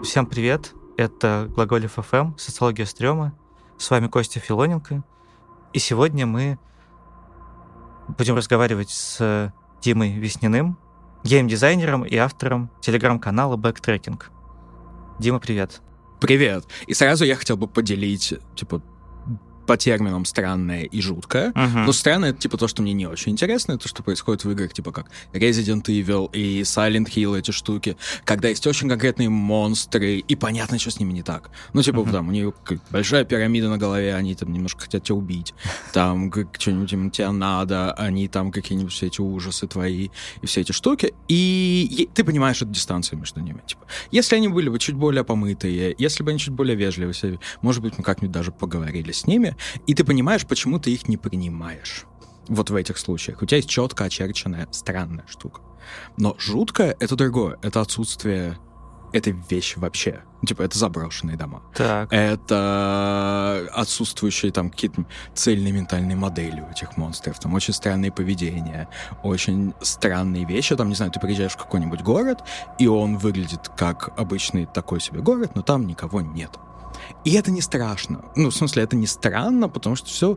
Всем привет, это Глаголев ФМ, социология стрёма. С вами Костя Филоненко. И сегодня мы будем разговаривать с Димой Весниным, гейм-дизайнером и автором телеграм-канала Backtracking. Дима, привет. Привет. И сразу я хотел бы поделить, по терминам странное и жуткое. Но странное — это, то, что мне не очень интересно, то, что происходит в играх, как Resident Evil и Silent Hill, эти штуки, когда есть очень конкретные монстры, и понятно, что с ними не так. Там, у нее большая пирамида на голове, они там немножко хотят тебя убить, там что-нибудь им тебе надо, они там какие-нибудь все эти ужасы твои, и все эти штуки, и ты понимаешь эту дистанцию между ними. Если они были бы чуть более помытые, если бы они чуть более вежливые, может быть, мы как-нибудь даже поговорили с ними, и ты понимаешь, почему ты их не принимаешь. Вот в этих случаях. У тебя есть четко очерченная странная штука. Но жуткое — это другое. Это отсутствие этой вещи вообще. Это заброшенные дома. Так. Это отсутствующие там какие-то цельные ментальные модели у этих монстров. Там очень странные поведения, очень странные вещи. Там, не знаю, ты приезжаешь в какой-нибудь город, и он выглядит как обычный такой себе город, но там никого нет. И это не страшно. В смысле, это не странно, потому что все,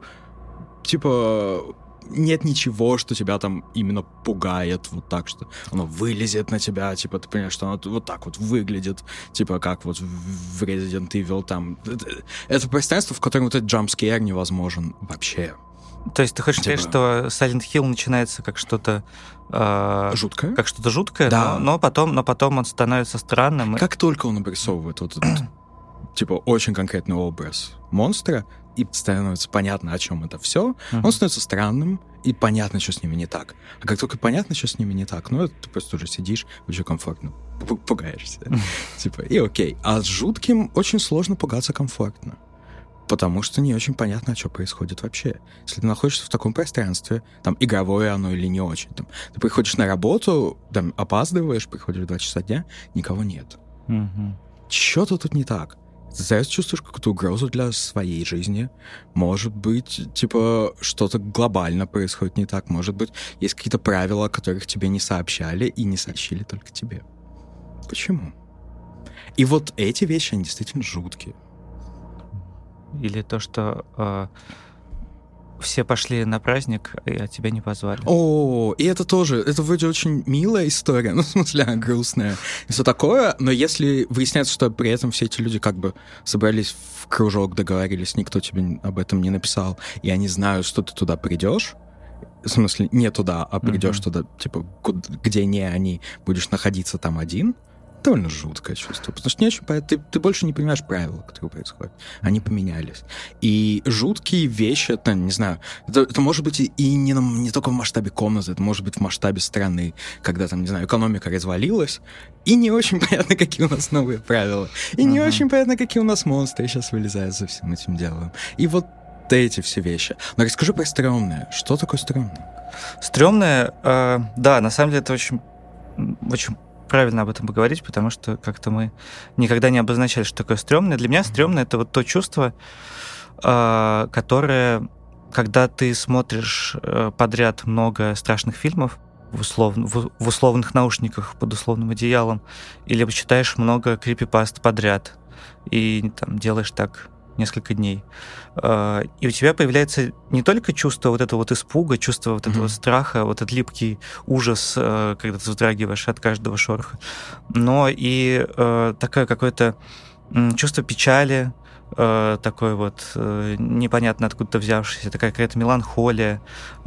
нет ничего, что тебя там именно пугает вот так, что оно вылезет на тебя, ты понимаешь, что оно вот так вот выглядит, как вот в Resident Evil там. Это пространство, в котором вот этот джампскейр невозможен вообще. То есть ты хочешь сказать, что Silent Hill начинается как что-то... жуткое? Как что-то жуткое, да. но потом он становится странным. Как только он обрисовывает вот этот очень конкретный образ монстра, и становится понятно, о чем это все, он становится странным, и понятно, что с ними не так. А как только понятно, что с ними не так, ты просто уже сидишь, очень комфортно, пугаешься. И окей. А с жутким очень сложно пугаться комфортно, потому что не очень понятно, что происходит вообще. Если ты находишься в таком пространстве, там, игровое оно или не очень, там, ты приходишь на работу, там, опаздываешь, приходишь в 2 часа дня, никого нет. Что-то тут не так. Ты сразу чувствуешь какую-то угрозу для своей жизни. Может быть, что-то глобально происходит не так. Может быть, есть какие-то правила, о которых тебе не сообщали и не сообщили только тебе. Почему? И вот эти вещи, они действительно жуткие. Или то, что все пошли на праздник, а тебя не позвали. О, и это тоже, это вроде очень милая история, в смысле, грустная, и все такое, но если выясняется, что при этом все эти люди собрались в кружок, договорились, никто тебе об этом не написал, и они знают, что ты туда придешь, в смысле, не туда, а придешь туда, где не они, будешь находиться там один, довольно жуткое чувство, потому что не очень понятно, ты больше не понимаешь правила, которые происходят. Они поменялись. И жуткие вещи, это, не знаю, это может быть и не только в масштабе комнаты, это может быть в масштабе страны, когда там, не знаю, экономика развалилась, и не очень понятно, какие у нас новые правила, и не очень понятно, какие у нас монстры сейчас вылезают за всем этим делом. И вот эти все вещи. Но расскажи про стрёмное. Что такое стрёмное? Стрёмное, да, на самом деле это очень правильно об этом поговорить, потому что как-то мы никогда не обозначали, что такое стрёмное. Для меня стрёмное — это вот то чувство, которое, когда ты смотришь подряд много страшных фильмов в условных наушниках под условным одеялом, или читаешь много крипипаст подряд, и там делаешь так несколько дней. И у тебя появляется не только чувство вот этого вот испуга, чувство вот этого страха, вот этот липкий ужас, когда ты вздрагиваешь от каждого шороха, но и такое какое-то чувство печали, такое вот непонятно откуда-то взявшееся, такая какая-то меланхолия.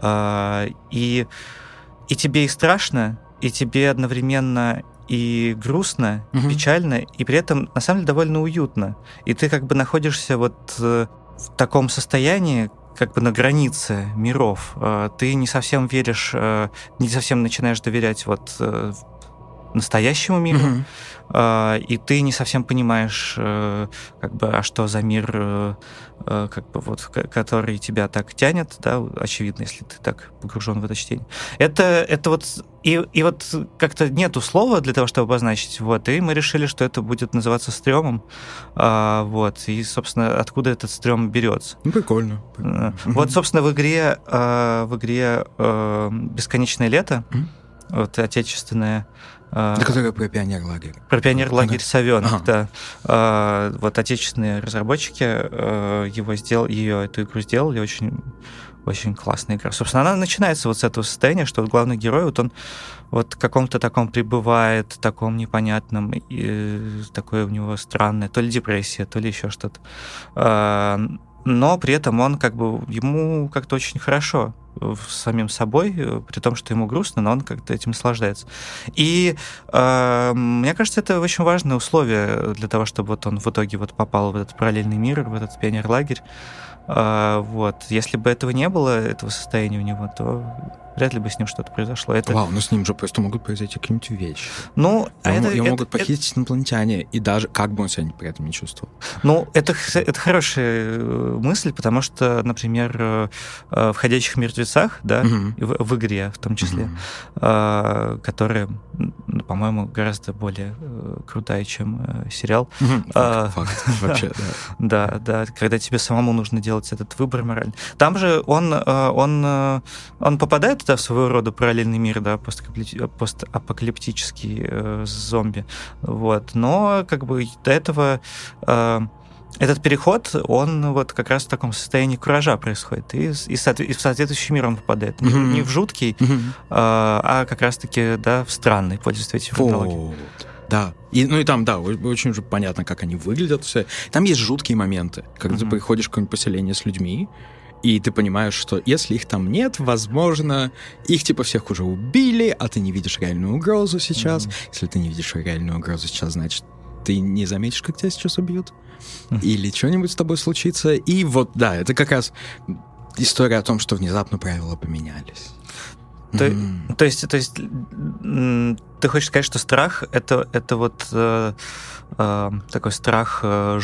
И тебе и страшно, и тебе одновременно и грустно, и печально, и при этом, на самом деле, довольно уютно. И ты находишься вот в таком состоянии, на границе миров. Ты не совсем веришь, не совсем начинаешь доверять настоящему миру, и ты не совсем понимаешь, а что за мир, который тебя так тянет, да, очевидно, если ты так погружен в это чтение. Это вот и вот как-то нету слова для того, чтобы обозначить, и мы решили, что это будет называться стрёмом, и, собственно, откуда этот стрём берется. Прикольно. Вот, собственно, в игре «Бесконечное лето», отечественная Которая про пионерлагерь. Про пионерлагерь «Совенок», да. Вот отечественные разработчики эту игру сделали, очень, очень классная игра. Собственно, она начинается вот с этого состояния, что главный герой, вот он вот в каком-то таком пребывает, в таком непонятном, и такое у него странное, то ли депрессия, то ли еще что-то. Но при этом он ему как-то очень хорошо с самим собой, при том, что ему грустно, но он как-то этим наслаждается. И мне кажется, это очень важное условие для того, чтобы вот он в итоге вот попал в этот параллельный мир, в этот пионерлагерь. Вот. Если бы этого не было, этого состояния у него, то вряд ли бы с ним что-то произошло. Вау, но с ним же просто могут произойти какие-нибудь вещи. Его могут похитить инопланетяне, и даже как бы он себя при этом не чувствовал. Это хорошая мысль, потому что, например, в «Ходячих мертвецах», да, в игре в том числе, которая, по-моему, гораздо более крутая, чем сериал. Факт, вообще, да. Да, когда тебе самому нужно делать этот выбор моральный. Там же он попадает в своего рода параллельный мир, да, постапокалиптический зомби. Вот. Но до этого этот переход, он вот как раз в таком состоянии куража происходит. И в соответствующий мир он попадает. Не в жуткий, а как раз-таки, да, в странный, пользуясь этим технологией. Да. И там, да, очень уже понятно, как они выглядят все. Там есть жуткие моменты, когда ты приходишь в какое-нибудь поселение с людьми, и ты понимаешь, что если их там нет, возможно, их типа всех уже убили, а ты не видишь реальную угрозу сейчас. Если ты не видишь реальную угрозу сейчас, значит, ты не заметишь, как тебя сейчас убьют. Или что-нибудь с тобой случится. И вот, да, это как раз история о том, что внезапно правила поменялись. То есть ты хочешь сказать, что страх — это вот такой страх,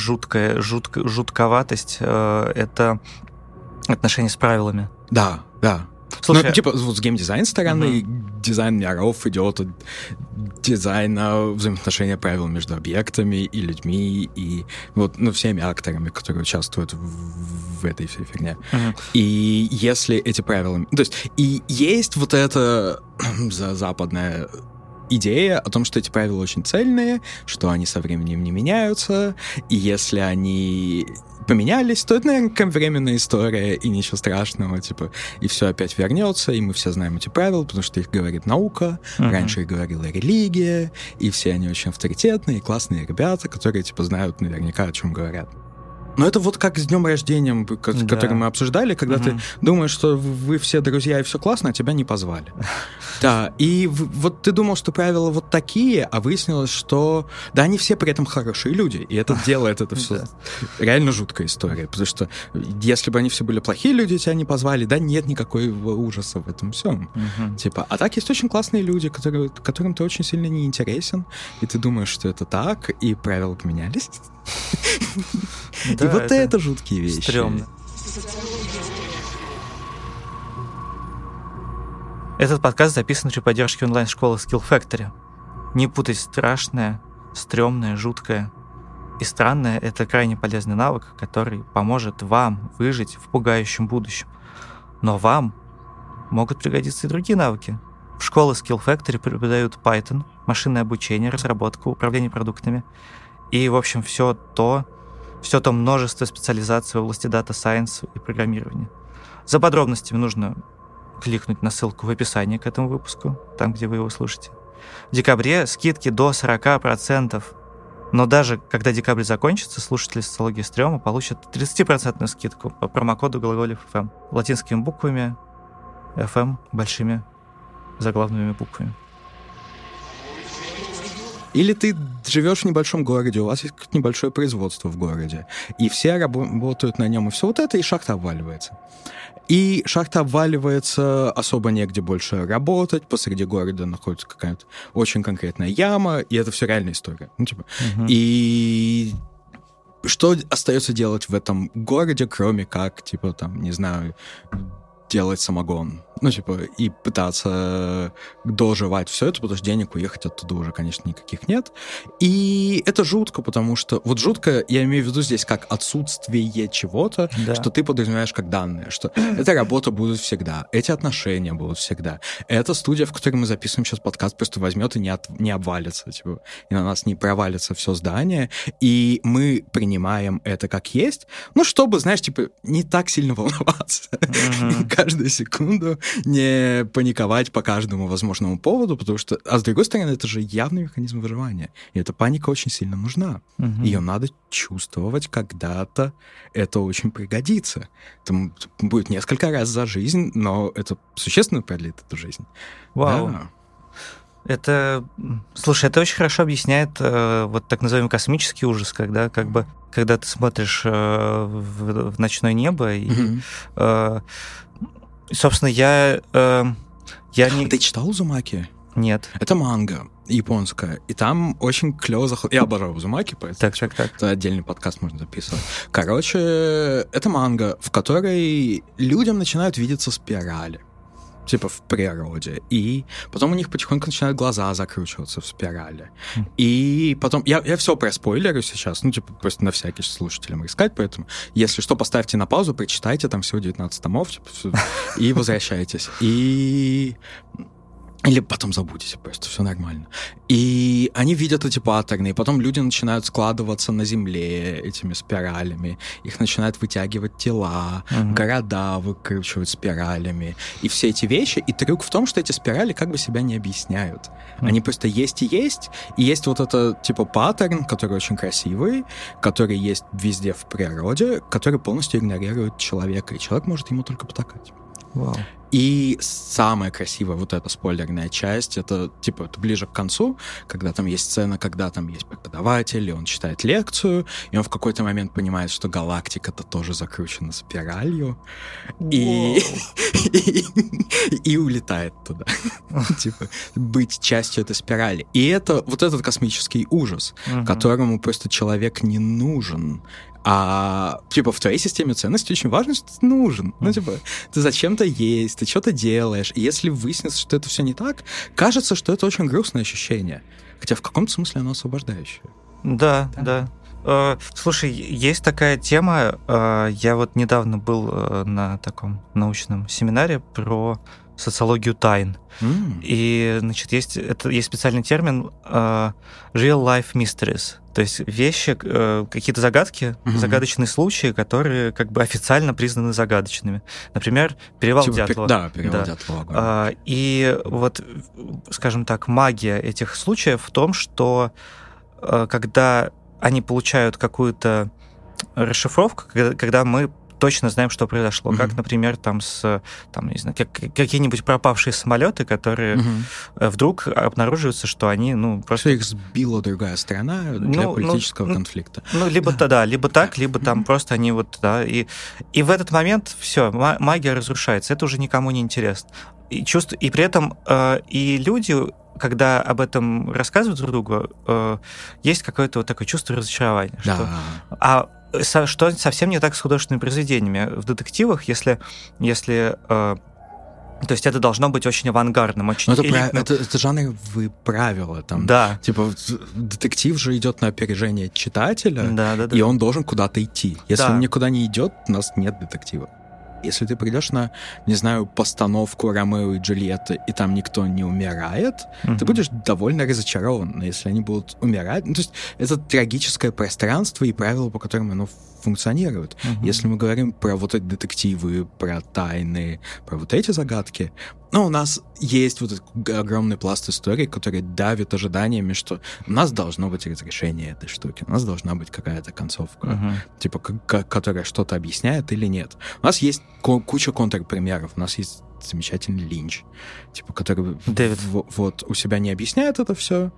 жутковатость, это отношение с правилами? Да. Слушай, с геймдизайн стороны, дизайн миров идет от дизайна взаимоотношения правил между объектами и людьми, и всеми акторами, которые участвуют в этой всей фигне. И если эти правила... То есть и есть вот эта западная идея о том, что эти правила очень цельные, что они со временем не меняются, и если они поменялись, то это, наверное, временная история, и ничего страшного, и все опять вернется, и мы все знаем эти правила, потому что их говорит наука, раньше их говорила религия, и все они очень авторитетные, классные ребята, которые, знают наверняка, о чем говорят. Но это вот как с днем рождения, который мы обсуждали, когда ты думаешь, что вы все друзья и все классно, а тебя не позвали. Да, и вот ты думал, что правила вот такие, а выяснилось, что да, они все при этом хорошие люди, и это делает это все реально жуткая история, потому что если бы они все были плохие люди, тебя не позвали, да, нет никакого ужаса в этом всем. А так есть очень классные люди, которым ты очень сильно не интересен, и ты думаешь, что это так, и правила поменялись. Да, и вот это жуткие вещи. Стрёмно. Этот подкаст записан при поддержке онлайн-школы Skill Factory. Не путать страшное, стрёмное, жуткое и странное — это крайне полезный навык, который поможет вам выжить в пугающем будущем. Но вам могут пригодиться и другие навыки. В школе Skill Factory преподают Python, машинное обучение, разработку, управление продуктами и, в общем, все то множество специализаций в области Data Science и программирования. За подробностями нужно кликнуть на ссылку в описании к этому выпуску, там, где вы его слушаете. В декабре скидки до 40%. Но даже когда декабрь закончится, слушатели социологии стрёма получат 30% скидку по промокоду Глаголев FM. Латинскими буквами, FM большими заглавными буквами. Или ты живешь в небольшом городе, у вас есть небольшое производство в городе, и все работают на нем, и все вот это, и шахта обваливается. И шахта обваливается, особо негде больше работать, посреди города находится какая-то очень конкретная яма, и это все реальная история. И что остается делать в этом городе, кроме как, не знаю, делать самогон Ну, типа, и пытаться доживать все это, потому что денег уехать оттуда уже, конечно, никаких нет. И это жутко, потому что... Вот жутко, я имею в виду здесь как отсутствие чего-то, что ты подразумеваешь как данные, что эта работа будет всегда, эти отношения будут всегда. Эта студия, в которой мы записываем сейчас подкаст, просто возьмет и не обвалится, типа, и на нас не провалится все здание, и мы принимаем это как есть, ну, чтобы, знаешь, типа, не так сильно волноваться каждую секунду, не паниковать по каждому возможному поводу, потому что, а с другой стороны, это же явный механизм выживания, и эта паника очень сильно нужна. Ее надо чувствовать, когда-то это очень пригодится. Это будет несколько раз за жизнь, но это существенно продлит эту жизнь. Вау. Да. Это, слушай, это очень хорошо объясняет вот так называемый космический ужас, когда когда ты смотришь в ночное небо, и, собственно, я не... Ты читал Узумаки? Нет. Это манга японская, и там очень клево заходит. Я обожаю Узумаки, поэтому так. Это отдельный подкаст можно записывать. Короче, это манга, в которой людям начинают видеться спирали. Типа в природе. И потом у них потихоньку начинают глаза закручиваться в спирали. И потом... Я все проспойлерю сейчас, ну, типа, просто на всякий слушателям искать, поэтому, если что, поставьте на паузу, прочитайте, там всего 19 томов, типа, и возвращайтесь. Или потом забудете, просто все нормально. И они видят эти паттерны, и потом люди начинают складываться на земле этими спиралями, их начинают вытягивать тела, города выкручивать спиралями, и все эти вещи. И трюк в том, что эти спирали как бы себя не объясняют. Они просто есть, и есть вот это, типа, паттерн, который очень красивый, который есть везде в природе, который полностью игнорирует человека, и человек может ему только потакать. Вау. И самая красивая вот эта спойлерная часть, это, типа, это ближе к концу, когда там есть сцена, когда там есть преподаватель, и он читает лекцию, и он в какой-то момент понимает, что галактика-то тоже закручена спиралью, и улетает туда. Типа, быть частью этой спирали. И это вот этот космический ужас, которому просто человек не нужен. А, типа, в твоей системе ценностей очень важно, что ты нужен. Ну, типа, ты зачем-то есть, ты что-то делаешь. И если выяснится, что это все не так, кажется, что это очень грустное ощущение. Хотя в каком-то смысле оно освобождающее. Да. Слушай, есть такая тема. Я вот недавно был на таком научном семинаре про социологию тайн. И, значит, есть специальный термин real life mysteries. То есть вещи, какие-то загадки, загадочные случаи, которые как бы официально признаны загадочными. Например, перевал Дятлова. Перевал Дятлова. И вот, скажем так, магия этих случаев в том, что когда они получают какую-то расшифровку, когда мы точно знаем, что произошло. Как, например, не знаю, какие-нибудь пропавшие самолеты, которые вдруг обнаруживаются, что они, просто... Что их сбила другая страна для политического конфликта. Либо так, либо там просто они И в этот момент все, магия разрушается. Это уже никому не интересно. И при этом и люди, когда об этом рассказывают друг другу, есть какое-то вот такое чувство разочарования. Да. Что совсем не так с художественными произведениями. В детективах, если то есть это должно быть очень авангардным, очень элитным. Это жанровые правила. Там, да. Типа детектив же идет на опережение читателя, и он должен куда-то идти. Если он никуда не идет, у нас нет детектива. Если ты придешь на, не знаю, постановку Ромео и Джульетты, и там никто не умирает, ты будешь довольно разочарован. Но если они будут умирать... то есть это трагическое пространство и правила, по которым оно функционирует. Если мы говорим про вот эти детективы, про тайны, про вот эти загадки, у нас есть вот этот огромный пласт истории, который давит ожиданиями, что у нас должно быть разрешение этой штуки, у нас должна быть какая-то концовка, типа, которая что-то объясняет или нет. У нас есть куча контрпримеров, у нас есть замечательный Линч, типа, который вот у себя не объясняет это все,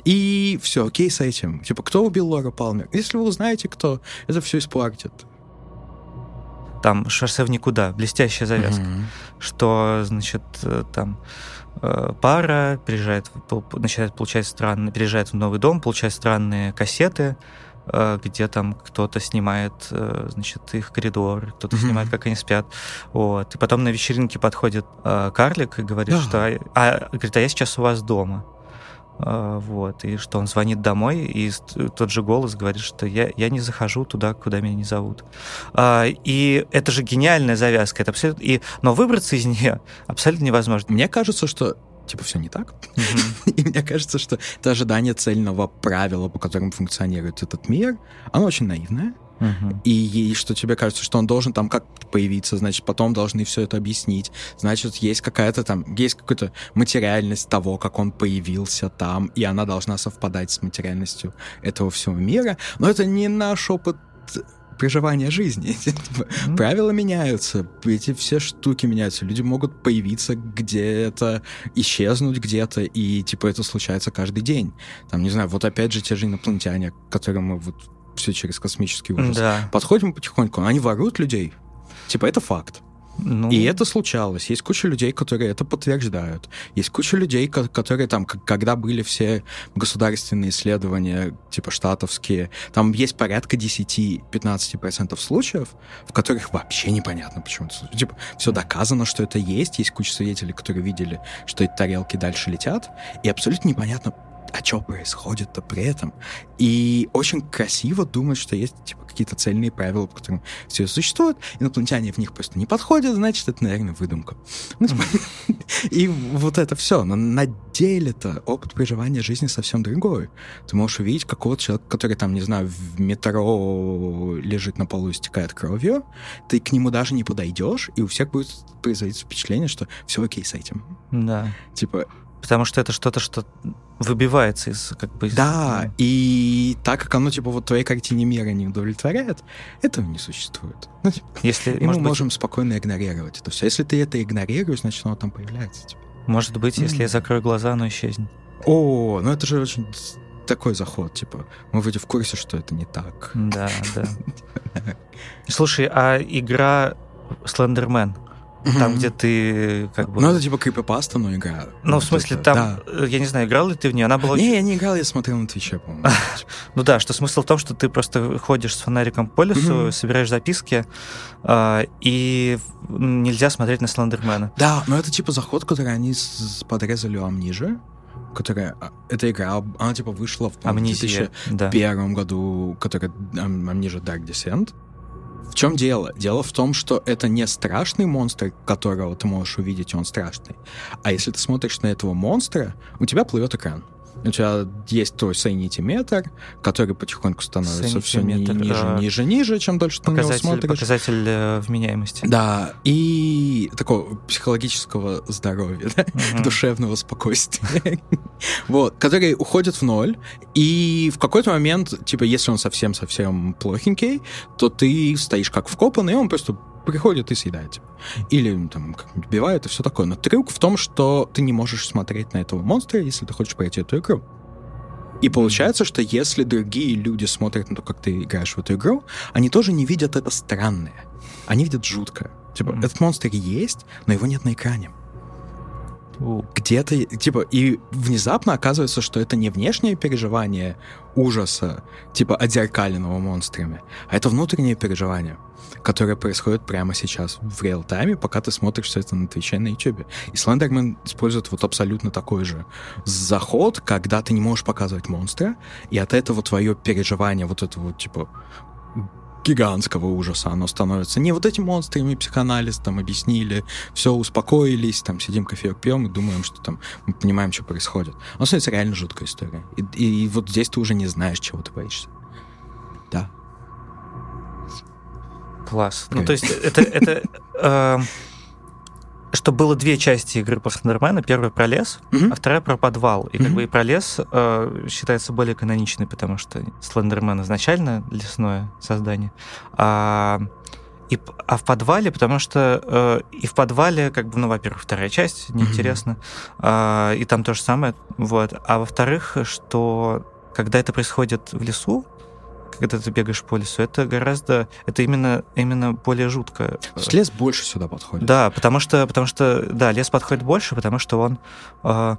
и все, окей с этим. Типа, кто убил Лору Палмер? Если вы узнаете, кто, это все испортит. Там «Шоссе в никуда», блестящая завязка, что, значит, там пара переезжает в новый дом, получает странные кассеты, где там кто-то снимает, значит, их коридор, кто-то снимает, как они спят. Вот. И потом на вечеринке подходит карлик и говорит, что говорит, а я сейчас у вас дома. Вот, и что он звонит домой, и тот же голос говорит, что я не захожу туда, куда меня не зовут. И это же гениальная завязка, это абсолютно... но выбраться из нее абсолютно невозможно. Мне кажется, что типа все не так. И мне кажется, что это ожидание цельного правила, по которому функционирует этот мир, оно очень наивное. И что тебе кажется, что он должен там как-то появиться, значит, потом должны все это объяснить. Значит, есть какая-то материальность того, как он появился там, и она должна совпадать с материальностью этого всего мира. Но это не наш опыт проживания жизни. Правила меняются, эти все штуки меняются. Люди могут появиться где-то, исчезнуть где-то, и типа это случается каждый день. Там, не знаю, вот опять же те же инопланетяне, к которым мы вот все через космический ужас. Подходим потихоньку, они воруют людей. Типа, это факт. И это случалось. Есть куча людей, которые это подтверждают. Есть куча людей, которые там, когда были все государственные исследования, типа штатовские, там есть порядка 10-15% случаев, в которых вообще непонятно, почему это случилось. Типа, все доказано, что это есть. Есть куча свидетелей, которые видели, что эти тарелки дальше летят. И абсолютно непонятно, а что происходит-то при этом? И очень красиво думать, что есть типа какие-то цельные правила, по которым все существует, инопланетяне в них просто не подходят, значит, это, наверное, выдумка. И вот это все. Но на деле-то опыт проживания жизни совсем другой. Ты можешь увидеть какого-то человека, который там, не знаю, в метро лежит на полу и истекает кровью, ты к нему даже не подойдешь, и у всех будет производиться впечатление, что все окей с этим. Да. Типа... Потому что это что-то, что выбивается из... Да, и так как оно, типа, вот твоей картине мира не удовлетворяет, этого не существует. Ну, типа, и мы можем спокойно игнорировать это все. Если ты это игнорируешь, значит, оно там появляется. Типа. Может быть, если я закрою глаза, оно исчезнет. Ну это же очень такой заход, типа, мы вроде в курсе, что это не так. Да. Слушай, а игра Слендермен, там, где ты как бы... Ну, это типа крипипаста, но игра. Ну, в смысле, там, я не знаю, играл ли ты в нее? Она была Не, я не играл, я смотрел на Твиче, по-моему. Ну да, что смысл в том, что ты просто ходишь с фонариком по лесу, собираешь записки, и нельзя смотреть на Слендермена. Да, но это типа заход, который они подрезали у Amnesia, которая... Эта игра, она типа вышла в 2001 году, которая Amnesia Dark Descent. В чем дело? Дело в том, что это не страшный монстр, которого ты можешь увидеть, и он страшный. А если ты смотришь на этого монстра, у тебя плывет экран. У тебя есть твой санитиметр, который потихоньку становится все ниже, чем дольше ты на него смотришь. Показатель вменяемости. Да, и такого психологического здоровья, душевного спокойствия, вот, который уходит в ноль, и в какой-то момент, типа, если он совсем-совсем плохенький, то ты стоишь как вкопанный, и он просто приходит и съедает тебя. Или там как-нибудь убивает и все такое. Но трюк в том, что ты не можешь смотреть на этого монстра, если ты хочешь пройти эту игру. И получается, что если другие люди смотрят на то, как ты играешь в эту игру, они тоже не видят это странное. Они видят жуткое. Типа, этот монстр есть, но его нет на экране. Где-то, типа, и внезапно оказывается, что это не внешнее переживание ужаса, типа, отзеркаленного монстрами, а это внутреннее переживание, которое происходит прямо сейчас, в реал-тайме, пока ты смотришь все это на Твиче и на Ютубе. И Слендермен использует вот абсолютно такой же заход, когда ты не можешь показывать монстра, и от этого твое переживание вот этого, типа, гигантского ужаса, оно становится не вот этим монстрами, психоанализ там объяснили, все, успокоились, там сидим кофеек пьем и думаем, что там мы понимаем, что происходит. Оно становится реально жуткая история. И вот здесь ты уже не знаешь, чего ты боишься. Да. Класс. Ну, то есть это что было две части игры про Слендермена. Первая про лес, а вторая про подвал. И как бы и про лес считается более каноничной, потому что Слендермен изначально лесное создание. А в подвале, потому что и в подвале, как бы, ну, во-первых, вторая часть неинтересна, и там то же самое. Вот. А во-вторых, что когда это происходит в лесу, когда ты бегаешь по лесу, это именно более жутко. Лес больше сюда подходит. Да, потому что да, лес подходит больше, потому что он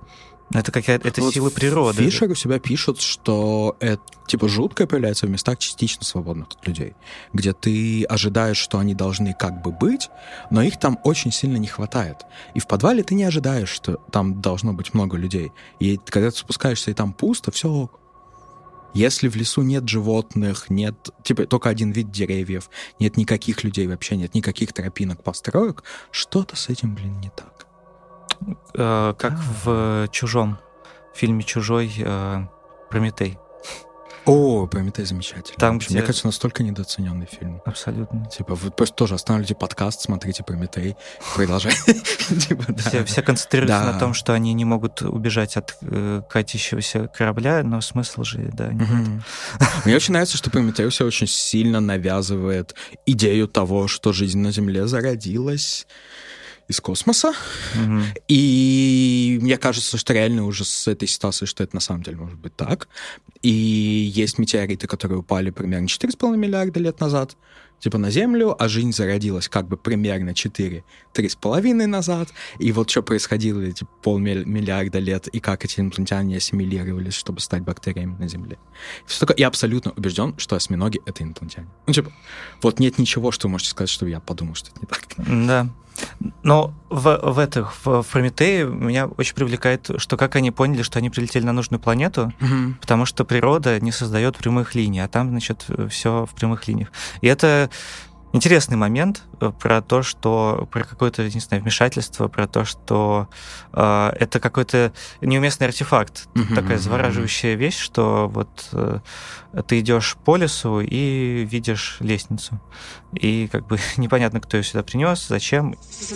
Это вот сила природы. Фишер у себя пишет, что это, типа, жуткое появляется в местах частично свободных от людей, где ты ожидаешь, что они должны как бы быть, но их там очень сильно не хватает. И в подвале ты не ожидаешь, что там должно быть много людей. И когда ты спускаешься, и там пусто, все ок. Если в лесу нет животных, нет, типа, только один вид деревьев, нет никаких людей вообще, нет никаких тропинок, построек, что-то с этим, блин, не так. Как в фильме «Чужой» Прометей. О, Прометей замечательный. Там, мне кажется, настолько недооцененный фильм. Абсолютно. Типа, вы просто тоже останавливайте подкаст, смотрите Прометей, продолжайте. Все концентрируются на том, что они не могут убежать от катящегося корабля, но смысл же, да, не в этом. Мне очень нравится, что Прометей все очень сильно навязывает идею того, что жизнь на Земле зародилась из космоса. И мне кажется, что реально уже с этой ситуацией, что это на самом деле может быть так. И есть метеориты, которые упали примерно 4,5 миллиарда лет назад, типа на Землю, а жизнь зародилась как бы примерно 3,5 назад. И вот что происходило эти полмиллиарда лет, и как эти инопланетяне ассимилировались, чтобы стать бактериями на Земле. Я абсолютно убежден, что осьминоги — это инопланетяне. Ну, типа, вот нет ничего, что вы можете сказать, что я подумал, что это не так. Да. Но в Прометее меня очень привлекает, что как они поняли, что они прилетели на нужную планету, потому что природа не создает прямых линий, а там, значит, все в прямых линиях. И это интересный момент про то, что про какое-то, не знаю, вмешательство, про то, что это какой-то неуместный артефакт, такая завораживающая вещь, что вот ты идешь по лесу и видишь лестницу, и как бы непонятно, кто ее сюда принес, зачем.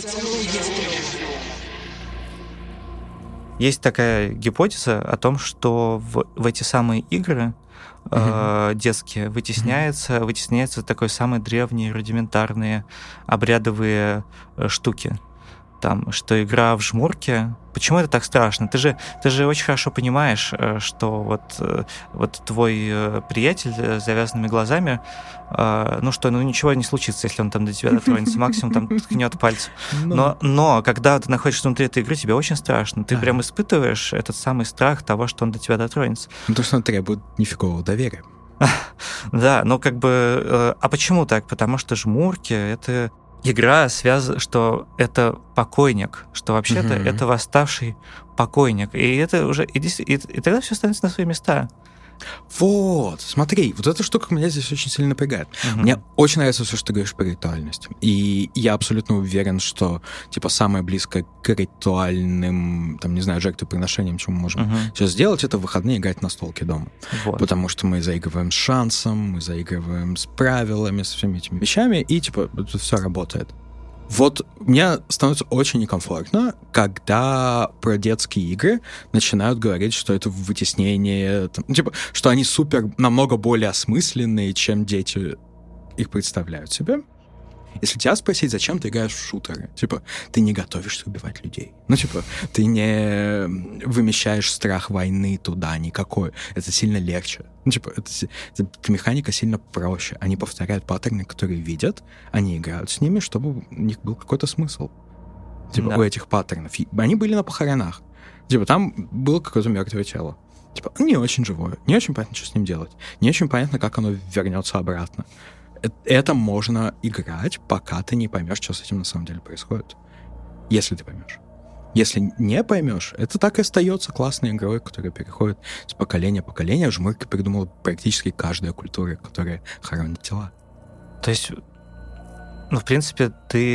Есть такая гипотеза о том, что в эти самые игры детские вытесняются такой самые древние, рудиментарные, обрядовые штуки. Там, что игра в жмурки. Почему это так страшно? Ты же очень хорошо понимаешь, что вот твой приятель с завязанными глазами, ничего не случится, если он там до тебя дотронется, максимум там ткнет пальцем. Но когда ты находишься внутри этой игры, тебе очень страшно. Ты прям испытываешь этот самый страх того, что он до тебя дотронется. То, что он требует нифигового доверия. Да, но как бы... А почему так? Потому что жмурки — это... Игра связана, что это покойник, что вообще-то это восставший покойник. И это уже... И тогда все становится на свои места. Вот, смотри, вот эта штука меня здесь очень сильно напрягает. Мне очень нравится все, что ты говоришь про ритуальность. И я абсолютно уверен, что, типа, самое близкое к ритуальным, там, не знаю, жертвоприношениям, что мы можем сейчас сделать, это в выходные играть на столке дома. Вот. Потому что мы заигрываем с шансом, мы заигрываем с правилами, со всеми этими вещами, и, типа, это все работает. Вот мне становится очень некомфортно, когда про детские игры начинают говорить, что это вытеснение, что они намного более осмысленные, чем дети их представляют себе. Если тебя спросить, зачем ты играешь в шутеры, ты не готовишься убивать людей. Ты не вымещаешь страх войны туда никакой. Это сильно легче. Эта механика сильно проще. Они повторяют паттерны, которые видят, они играют с ними, чтобы у них был какой-то смысл. У этих паттернов. Они были на похоронах. Там было какое-то мертвое тело. Не очень живое. Не очень понятно, что с ним делать. Не очень понятно, как оно вернется обратно. Это можно играть, пока ты не поймешь, что с этим на самом деле происходит. Если ты поймешь. Если не поймешь, это так и остается классной игрой, которая переходит с поколения в поколение. Жмурки придумала практически каждая культура, которая хоронит тела. То есть, в принципе,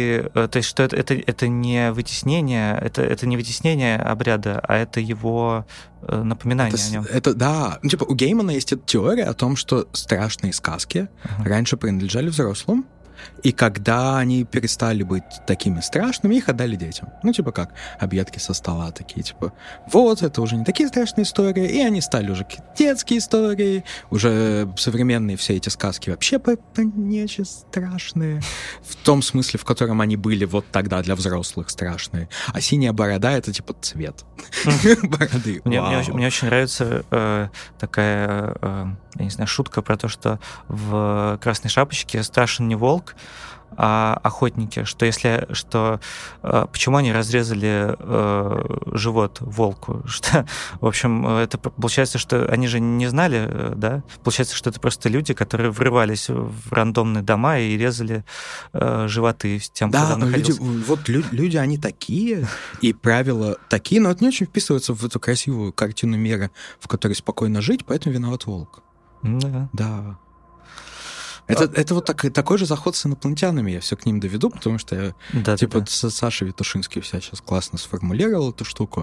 что это не вытеснение, это не вытеснение обряда, а это его напоминание о нем. Это да. У Геймана есть эта теория о том, что страшные сказки раньше принадлежали взрослым, и когда они перестали быть такими страшными, их отдали детям. Как объедки со стола такие, вот, это уже не такие страшные истории, и они стали уже детские истории, уже современные все эти сказки вообще не очень страшные, в том смысле, в котором они были вот тогда для взрослых страшные. А синяя борода — это цвет бороды. Мне очень нравится такая, я не знаю, шутка про то, что в «Красной шапочке» страшен не волк, охотники, почему они разрезали живот волку, что, в общем, это получается, что они же не знали, да, получается, что это просто люди, которые врывались в рандомные дома и резали животы тем, кто там находился. Люди, они такие, и правила такие, но это не очень вписывается в эту красивую картину мира, в которой спокойно жить, поэтому виноват волк. Да. Это вот такой же заход с инопланетянами, я все к ним доведу, потому что Саша Витушинский вся сейчас классно сформулировал эту штуку.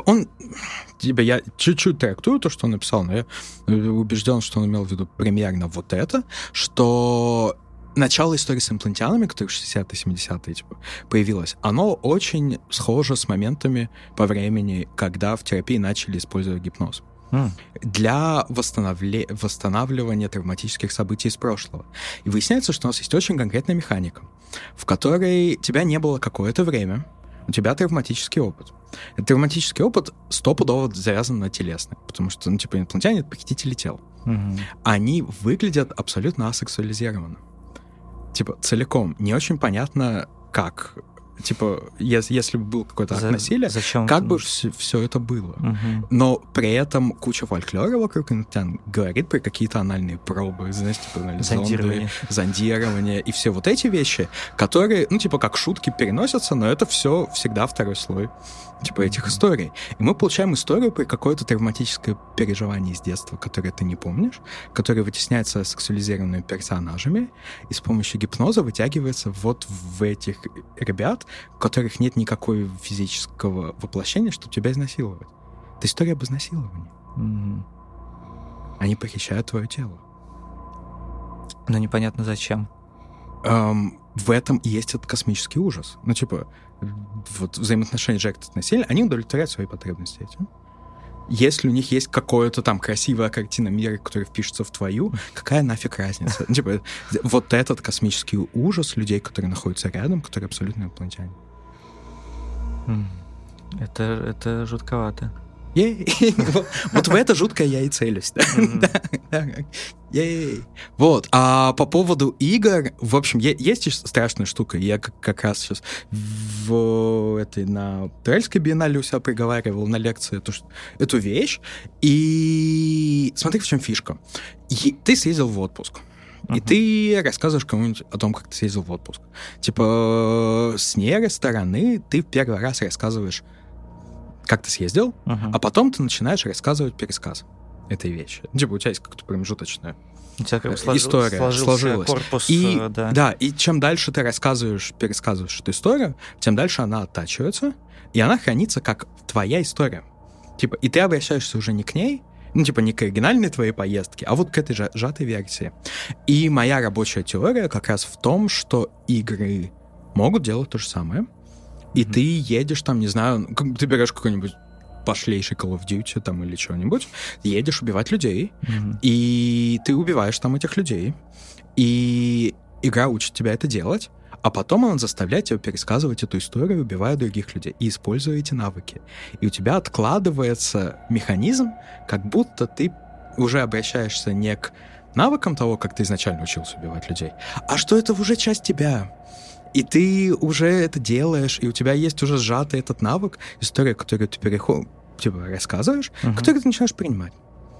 Я чуть-чуть трактую то, что он написал, но я убежден, что он имел в виду примерно вот это, что начало истории с инопланетянами, которое в 60-е, 70-е появилось, оно очень схоже с моментами по времени, когда в терапии начали использовать гипноз. Для восстанавливания травматических событий из прошлого. И выясняется, что у нас есть очень конкретная механика, в которой тебя не было какое-то время, у тебя травматический опыт. Этот травматический опыт стопудово завязан на телесный, потому что, инопланетяне — это похитители тел. Они выглядят абсолютно асексуализированно. Целиком. Не очень понятно, как... если бы было какой-то акт насилия, как бы все это было. Но при этом куча фольклора вокруг инопланетян говорит про какие-то анальные пробы, знаете, зондирование и все вот эти вещи, которые, как шутки переносятся, но это все всегда второй слой этих историй. И мы получаем историю про какое-то травматическое переживание из детства, которое ты не помнишь, которое вытесняется сексуализированными персонажами, и с помощью гипноза вытягивается вот в этих ребят, у которых нет никакого физического воплощения, чтобы тебя изнасиловать. Это история об изнасиловании. Они похищают твое тело. Но непонятно зачем. В этом и есть этот космический ужас. Взаимоотношения жертв и насилия, они удовлетворяют свои потребности этим. Если у них есть какая-то там красивая картина мира, которая впишется в твою, какая нафиг разница? Вот этот космический ужас людей, которые находятся рядом, которые абсолютно инопланетяне. Это жутковато. Вот в это жуткое я и целюсь. Вот. А по поводу игр, в общем, есть страшная штука. Я как раз сейчас на Турецкой биеннале у себя приговаривал на лекции эту вещь. И смотри, в чем фишка. Ты съездил в отпуск. И ты рассказываешь кому-нибудь о том, как ты съездил в отпуск. С нейрой стороны ты в первый раз рассказываешь, как ты съездил, а потом ты начинаешь рассказывать пересказ этой вещи. У тебя есть какая-то промежуточная история сложилась. Корпус, и чем дальше ты пересказываешь эту историю, тем дальше она оттачивается, и она хранится как твоя история. И ты обращаешься уже не к ней, не к оригинальной твоей поездке, а вот к этой сжатой версии. И моя рабочая теория как раз в том, что игры могут делать то же самое, и ты едешь там, не знаю, ты берешь какой-нибудь пошлейший Call of Duty там или что-нибудь, едешь убивать людей, и ты убиваешь там этих людей, и игра учит тебя это делать, а потом она заставляет тебя пересказывать эту историю, убивая других людей, и используя эти навыки. И у тебя откладывается механизм, как будто ты уже обращаешься не к навыкам того, как ты изначально учился убивать людей, а что это уже часть тебя. И ты уже это делаешь, и у тебя есть уже сжатый этот навык, история, которую ты рассказываешь, которую ты начинаешь принимать.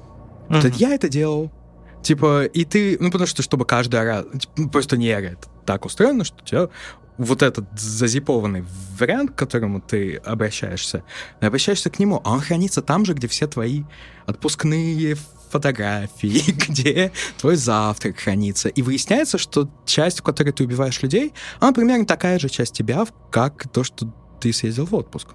Я это делал. И ты... потому что, чтобы каждый раз... просто нейро это так устроено, что у тебя вот этот зазипованный вариант, к которому ты обращаешься к нему, а он хранится там же, где все твои отпускные фотографии, где твой завтрак хранится. И выясняется, что часть, в которой ты убиваешь людей, она примерно такая же часть тебя, как то, что ты съездил в отпуск.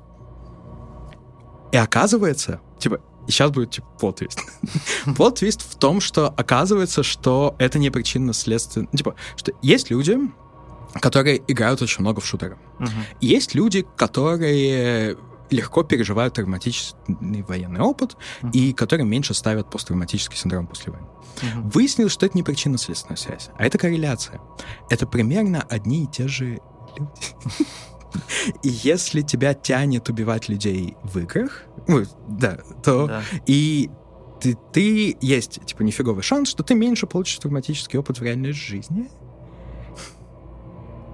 И оказывается, сейчас будет плот-твист. Плот-твист в том, что оказывается, что это не причинно-следственно... что есть люди, которые играют очень много в шутеры. И есть люди, которые легко переживают травматический военный опыт и которые меньше ставят посттравматический синдром после войны. Выяснилось, что это не причинно-следственная связь, а это корреляция. Это примерно одни и те же люди. И если тебя тянет убивать людей в играх, и ты есть, нифиговый шанс, что ты меньше получишь травматический опыт в реальной жизни.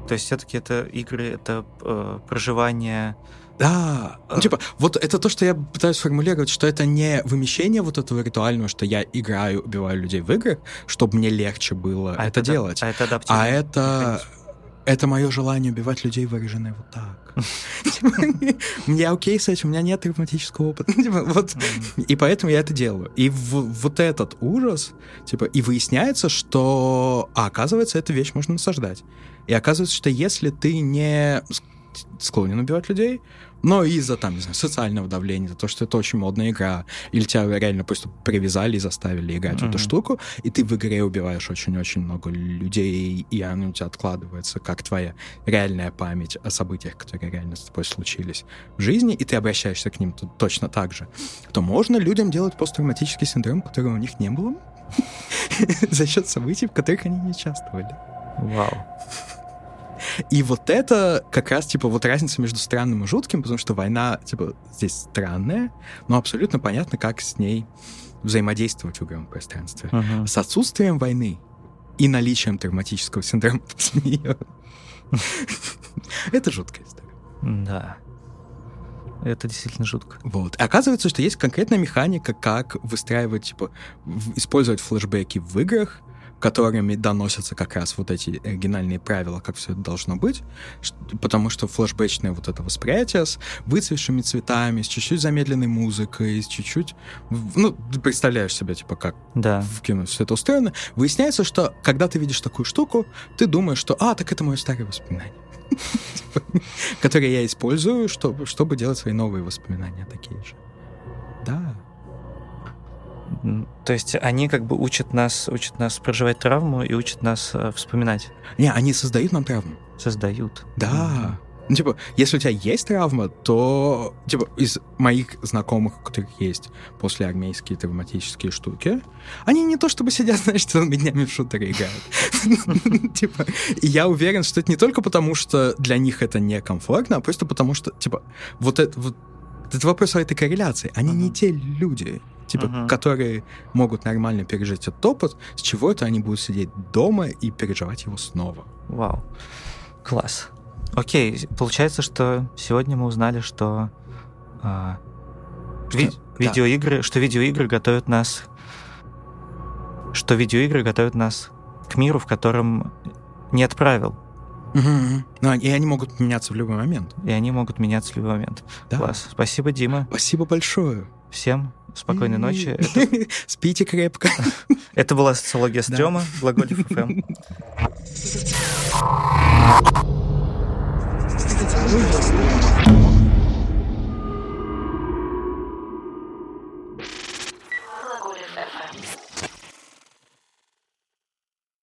То есть все-таки это игры, это проживание... Да, ну, типа, вот это то, что я пытаюсь сформулировать, что это не вымещение вот этого ритуального, что я играю, убиваю людей в играх, чтобы мне легче было это делать. Это адаптивный это мое желание убивать людей, выраженное вот так. Мне окей с этим, у меня нет травматического опыта. И поэтому я это делаю. И вот этот ужас, типа, и выясняется, что, оказывается, эту вещь можно насаждать. И оказывается, что если ты не склонен убивать людей, но из-за, там, не знаю, социального давления, за то, что это очень модная игра, или тебя реально просто привязали и заставили играть в эту штуку, и ты в игре убиваешь очень-очень много людей, и оно у тебя откладывается, как твоя реальная память о событиях, которые реально с тобой случились в жизни, и ты обращаешься к ним точно так же, то можно людям делать посттравматический синдром, которого у них не было, за счет событий, в которых они не участвовали. Вау. И вот это как раз, типа, вот разница между странным и жутким, потому что война, типа, здесь странная, но абсолютно понятно, как с ней взаимодействовать в игровом пространстве. С отсутствием войны и наличием травматического синдрома после нее. Это жуткая история. Да. Это действительно жутко. Вот. И оказывается, что есть конкретная механика, как выстраивать, типа, использовать флешбеки в играх, которыми доносятся как раз вот эти оригинальные правила, как все это должно быть, потому что флешбэчное вот это восприятие с выцветшими цветами, с чуть-чуть замедленной музыкой, с чуть-чуть... Ну, ты представляешь себе, типа, как в кино все это устроено. Выясняется, что когда ты видишь такую штуку, ты думаешь, что, так это мое старое воспоминание, которое я использую, чтобы делать свои новые воспоминания такие же. Да. То есть они как бы учат нас проживать травму и учат нас вспоминать. Не, они создают нам травму. Создают. Да. Ну, типа, если у тебя есть травма, то, типа, из моих знакомых, у которых есть послеармейские травматические штуки, они не то чтобы сидят, знаешь, целыми днями в шутеры играют. Типа, и я уверен, что это не только потому, что для них это некомфортно, а просто потому, что, типа, вот это вопрос о этой корреляции. Они не те люди, типа, которые могут нормально пережить этот опыт, с чего-то они будут сидеть дома и переживать его снова. Вау. Класс. Окей, получается, что сегодня мы узнали, что видеоигры готовят нас к миру, в котором нет правил. Ну, и они могут меняться в любой момент. Да. Класс. Спасибо, Дима. Спасибо большое. Всем спокойной ночи. Спите крепко. Это была «Социология стрёма», Глаголев ФМ. It's